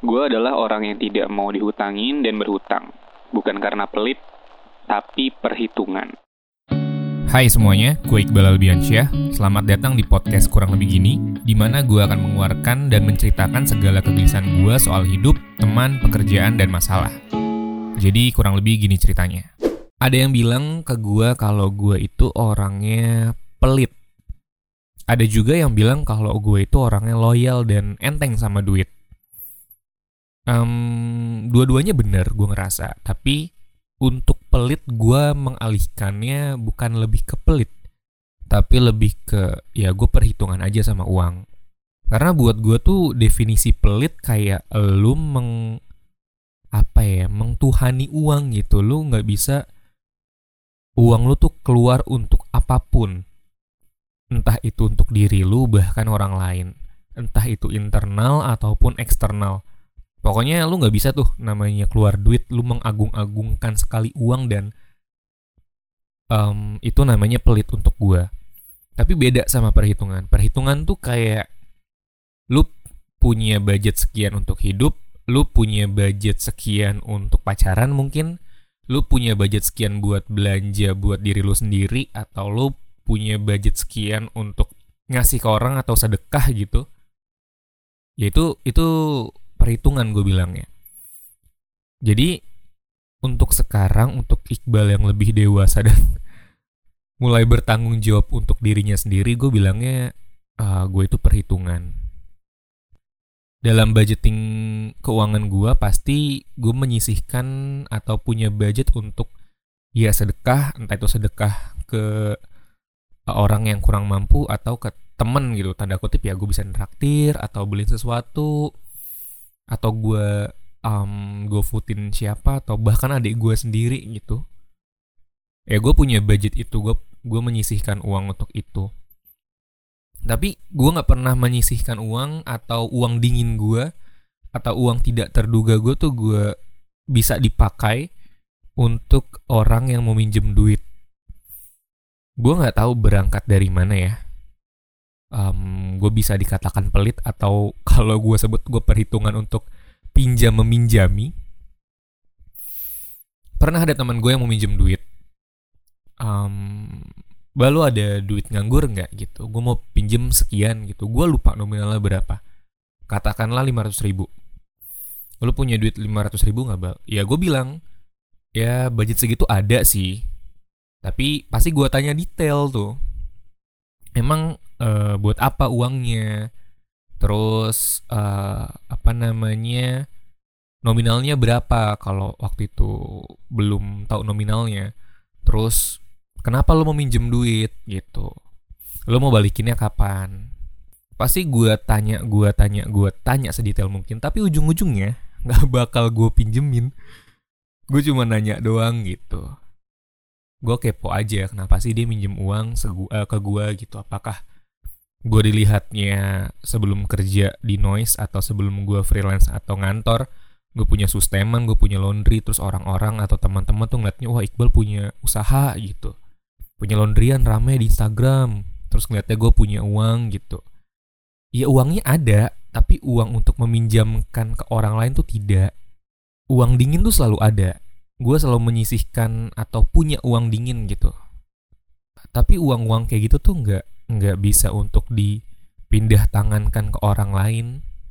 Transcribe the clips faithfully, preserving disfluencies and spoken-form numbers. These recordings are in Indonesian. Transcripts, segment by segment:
Gue adalah orang yang tidak mau dihutangin dan berhutang. Bukan karena pelit, tapi perhitungan. Hai semuanya, gue Iqbal Albiansyah. Selamat datang di podcast Kurang Lebih Gini, di mana gue akan mengeluarkan dan menceritakan segala kegelisahan gue soal hidup, teman, pekerjaan, dan masalah. Jadi kurang lebih gini ceritanya. Ada yang bilang ke gue kalau gue itu orangnya pelit. Ada juga yang bilang kalau gue itu orangnya loyal dan enteng sama duit. Um, dua-duanya benar gue ngerasa, tapi untuk pelit gue mengalihkannya bukan lebih ke pelit, tapi lebih ke ya gue perhitungan aja sama uang. Karena buat gue tuh definisi pelit kayak lu meng apa ya mengtuhani uang gitu. Lu nggak bisa uang lu tuh keluar untuk apapun, entah itu untuk diri lu bahkan orang lain, entah itu internal ataupun eksternal. Pokoknya lu gak bisa tuh namanya keluar duit, lu mengagung-agungkan sekali uang dan um, itu namanya pelit untuk gue. Tapi beda sama perhitungan. Perhitungan tuh kayak lu punya budget sekian untuk hidup, lu punya budget sekian untuk pacaran mungkin, lu punya budget sekian buat belanja buat diri lu sendiri, atau lu punya budget sekian untuk ngasih ke orang atau sedekah gitu. Ya itu, itu perhitungan gue bilangnya. Jadi untuk sekarang, untuk Iqbal yang lebih dewasa dan mulai bertanggung jawab untuk dirinya sendiri, gue bilangnya uh, gue itu perhitungan. Dalam budgeting keuangan gue pasti gue menyisihkan atau punya budget untuk ya sedekah, entah itu sedekah ke orang yang kurang mampu atau ke temen gitu, tanda kutip ya, gue bisa nraktir atau beliin sesuatu, atau gue um, gue footin siapa, atau bahkan adik gue sendiri gitu. Ya gue punya budget itu, gue gue menyisihkan uang untuk itu. Tapi gue nggak pernah menyisihkan uang atau uang dingin gue atau uang tidak terduga gue tuh gue bisa dipakai untuk orang yang mau minjem duit. Gue nggak tahu berangkat dari mana ya. Um, gue bisa dikatakan pelit atau kalau gue sebut gue perhitungan untuk pinjam meminjami. Pernah ada teman gue yang mau minjem duit. Um, Balu ada duit nganggur nggak gitu? Gue mau pinjem sekian gitu. Gue lupa nominalnya berapa. Katakanlah lima ratus ribu. Lu punya duit lima ratus ribu nggak, Bal? Ya gue bilang, ya budget segitu ada sih. Tapi pasti gue tanya detail tuh. Emang uh, buat apa uangnya? Terus uh, apa namanya? Nominalnya berapa kalau waktu itu belum tahu nominalnya. Terus kenapa lo mau minjem duit gitu? Lo mau balikinnya kapan? Pasti gue tanya, gue tanya, gue tanya sedetail mungkin. Tapi ujung-ujungnya gak bakal gue pinjemin. Gue cuma nanya doang gitu. Gue kepo aja kenapa sih dia minjem uang segu- uh, ke gue gitu. Apakah gue dilihatnya sebelum kerja di Noise atau sebelum gue freelance atau ngantor, gue punya susteman, gue punya laundry, terus orang-orang atau teman-teman tuh ngeliatnya, wah Iqbal punya usaha gitu, punya laundryan rame di Instagram, terus ngeliatnya gue punya uang gitu. Ya uangnya ada, tapi uang untuk meminjamkan ke orang lain tuh tidak. Uang dingin tuh selalu ada. Gue selalu menyisihkan atau punya uang dingin gitu. Tapi uang-uang kayak gitu tuh nggak nggak bisa untuk dipindah tangankan ke orang lain.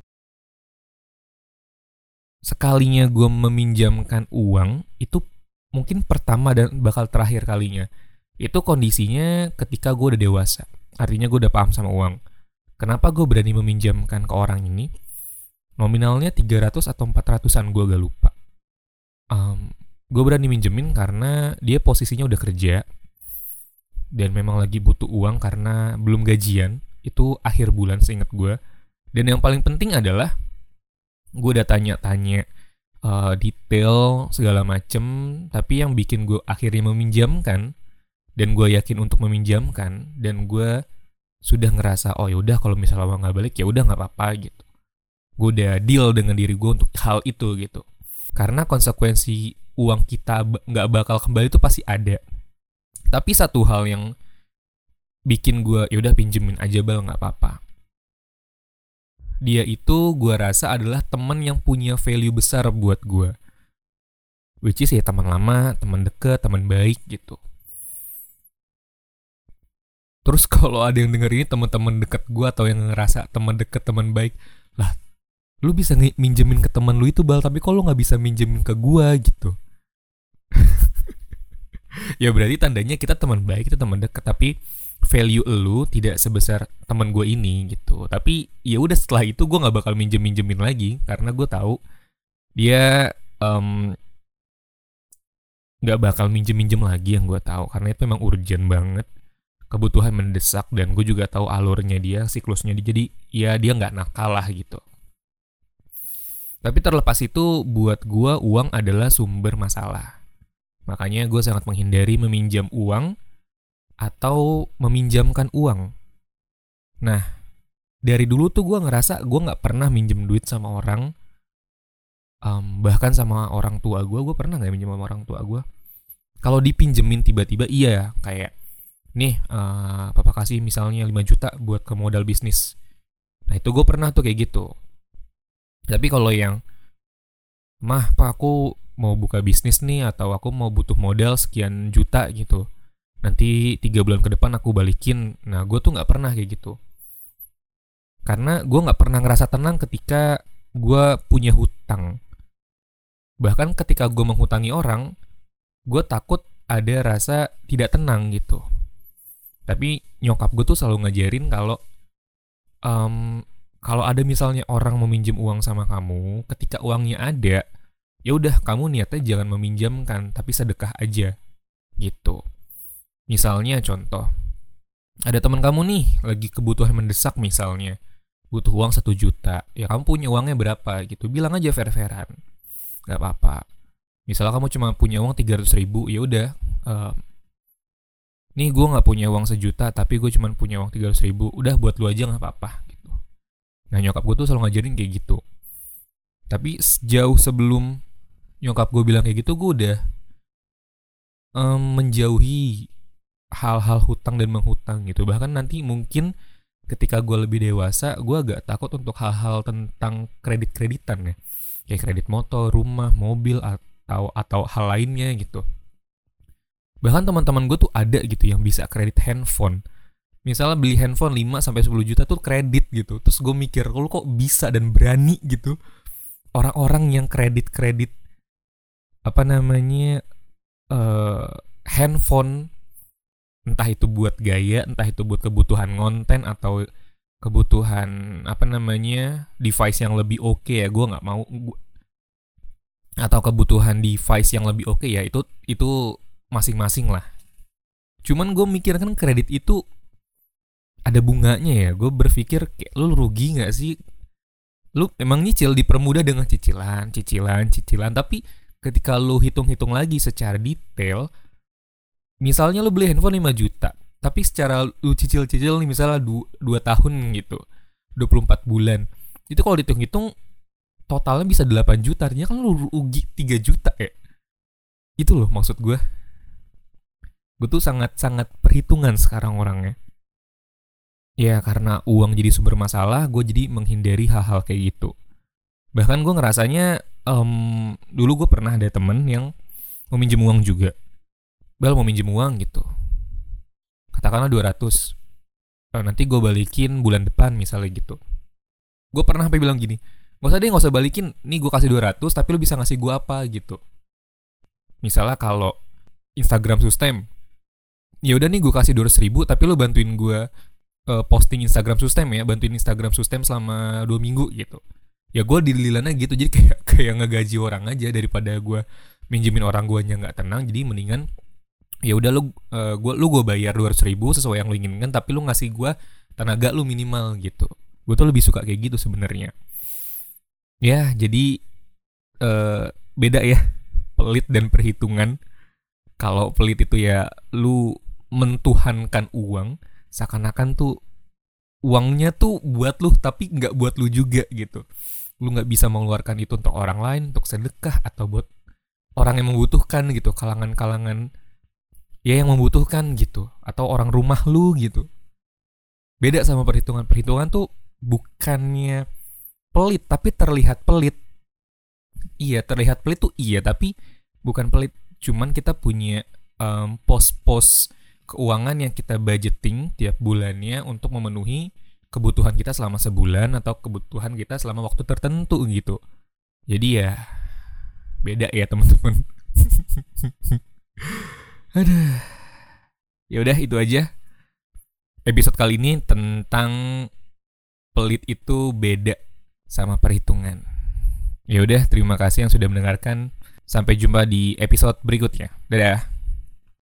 Sekalinya gue meminjamkan uang, itu mungkin pertama dan bakal terakhir kalinya. Itu kondisinya ketika gue udah dewasa. Artinya gue udah paham sama uang. Kenapa gue berani meminjamkan ke orang ini? Nominalnya tiga ratus atau empat ratusan, gue agak lupa. Um, gue berani minjemin karena dia posisinya udah kerja. Dan memang lagi butuh uang karena belum gajian. Itu akhir bulan seingat gue. Dan yang paling penting adalah gue udah tanya-tanya uh, detail segala macem. Tapi yang bikin gue akhirnya meminjamkan, dan gue yakin untuk meminjamkan, dan gue sudah ngerasa oh yaudah kalau misalnya uang gak balik ya udah gak apa-apa gitu. Gue udah deal dengan diri gue untuk hal itu gitu. Karena konsekuensi uang kita gak bakal kembali itu pasti ada. Tapi satu hal yang bikin gue yaudah pinjemin aja Bal, gak apa-apa. dia itu gue rasa adalah teman yang punya value besar buat gue. Which is ya teman lama, teman deket, teman baik gitu. Terus kalau ada yang denger ini teman-teman deket gue atau yang ngerasa teman deket, teman baik, lah lu bisa ng- minjemin ke teman lu itu Bal, tapi kalau lu nggak bisa minjemin ke gue gitu. Ya berarti tandanya kita teman baik, kita teman deket, tapi value lu tidak sebesar teman gue ini gitu. Tapi ya udah setelah itu gue nggak bakal minjem minjemin lagi karena gue tahu dia um, nggak bakal minjem minjem lagi yang gue tahu karena itu memang urgent banget, kebutuhan mendesak, dan gue juga tahu alurnya dia, siklusnya dia, jadi ya dia nggak nakal lah gitu. Tapi terlepas itu buat gue uang adalah sumber masalah, makanya gue sangat menghindari meminjam uang atau meminjamkan uang. Nah, dari dulu tuh gue ngerasa gue nggak pernah minjem duit sama orang, um, bahkan sama orang tua gue, gue pernah nggak minjem sama orang tua gue. Kalau dipinjemin tiba-tiba iya, kayak nih uh, papa kasih misalnya lima juta buat ke modal bisnis. Nah itu gue pernah tuh kayak gitu. Tapi kalau yang mah pak aku mau buka bisnis nih atau aku mau butuh modal sekian juta gitu, nanti tiga bulan ke depan aku balikin. Nah gue tuh gak pernah kayak gitu. Karena gue gak pernah ngerasa tenang ketika gue punya hutang. Bahkan ketika gue menghutangi orang, gue takut ada rasa tidak tenang gitu. Tapi nyokap gue tuh selalu ngajarin kalau um, kalau ada misalnya orang meminjam uang sama kamu, ketika uangnya ada, ya udah kamu niatnya jangan meminjamkan, tapi sedekah aja gitu. Misalnya contoh, ada teman kamu nih lagi kebutuhan mendesak misalnya, butuh uang satu juta, ya kamu punya uangnya berapa gitu, bilang aja fair-fairan, nggak apa-apa. Misalnya kamu cuma punya uang tiga ratus ribu, ya udah, uh, nih gue nggak punya uang sejuta, tapi gue cuma punya uang tiga ratus ribu, udah buat lu aja nggak apa-apa gitu. Nah nyokap gue tuh selalu ngajarin kayak gitu. Tapi jauh sebelum nyokap gue bilang kayak gitu, gue udah um, menjauhi hal-hal hutang dan menghutang gitu. Bahkan nanti mungkin ketika gue lebih dewasa, gue agak takut untuk hal-hal tentang kredit-kreditan ya, kayak kredit motor, rumah, mobil, atau atau hal lainnya gitu. Bahkan teman-teman gue tuh ada gitu yang bisa kredit handphone. Misalnya beli handphone lima sampai sepuluh juta tuh kredit gitu. Terus gue mikir, lu kok bisa dan berani gitu. Orang-orang yang kredit-kredit apa namanya uh, handphone, entah itu buat gaya, entah itu buat kebutuhan konten atau kebutuhan apa namanya device yang lebih oke okay ya, gue nggak mau gua, atau kebutuhan device yang lebih oke okay ya, itu itu masing-masing lah. Cuman gue mikir kan kredit itu ada bunganya ya, gue berpikir kayak lu rugi nggak sih? Lu emang nyicil dipermudah dengan cicilan, cicilan, cicilan, tapi ketika lu hitung-hitung lagi secara detail, misalnya lu beli handphone lima juta, tapi secara lu cicil-cicil nih misalnya dua tahun gitu, dua puluh empat bulan, itu kalau dihitung-hitung totalnya bisa delapan juta, artinya kan lu rugi tiga juta ya. Itu loh maksud gue. Gue tuh sangat-sangat perhitungan sekarang orangnya. Ya karena uang jadi sumber masalah, gue jadi menghindari hal-hal kayak gitu. Bahkan gue ngerasanya um, dulu gue pernah ada temen yang mau minjem uang juga. Bel mau minjem uang gitu, katakanlah dua ratus, nanti gue balikin bulan depan misalnya gitu. Gue pernah sampai bilang gini, gak usah deh, gak usah balikin, nih gue kasih dua ratus, tapi lu bisa ngasih gue apa gitu. Misalnya kalau Instagram Sustem, ya udah nih gue kasih dua ratus ribu, tapi lu bantuin gue uh, posting Instagram Sustem ya, bantuin Instagram Sustem selama dua minggu gitu. Ya gue dililannya gitu, jadi kayak kayak ngegaji orang aja daripada gue minjemin orang gue nya nggak tenang. Jadi mendingan ya udah lu uh, gua lu gue bayar dua ratus ribu sesuai yang lu inginkan, tapi lu ngasih gue tenaga lu minimal gitu. Gue tuh lebih suka kayak gitu sebenarnya. Ya jadi uh, beda ya pelit dan perhitungan. Kalau pelit itu ya lu mentuhankan uang, seakan-akan tuh uangnya tuh buat lu tapi nggak buat lu juga gitu. Lu nggak bisa mengeluarkan itu untuk orang lain, untuk sedekah atau buat orang yang membutuhkan gitu, kalangan-kalangan ya yang membutuhkan gitu, atau orang rumah lu gitu. Beda sama perhitungan. Perhitungan tuh bukannya pelit tapi terlihat pelit. Iya, terlihat pelit tuh iya, tapi bukan pelit. Cuman kita punya um, pos-pos keuangan yang kita budgeting tiap bulannya untuk memenuhi kebutuhan kita selama sebulan atau kebutuhan kita selama waktu tertentu gitu. Jadi ya beda ya teman-teman. Aduh. Ya udah itu aja. Episode kali ini tentang pelit itu beda sama perhitungan. Ya udah, terima kasih yang sudah mendengarkan. Sampai jumpa di episode berikutnya. Dadah.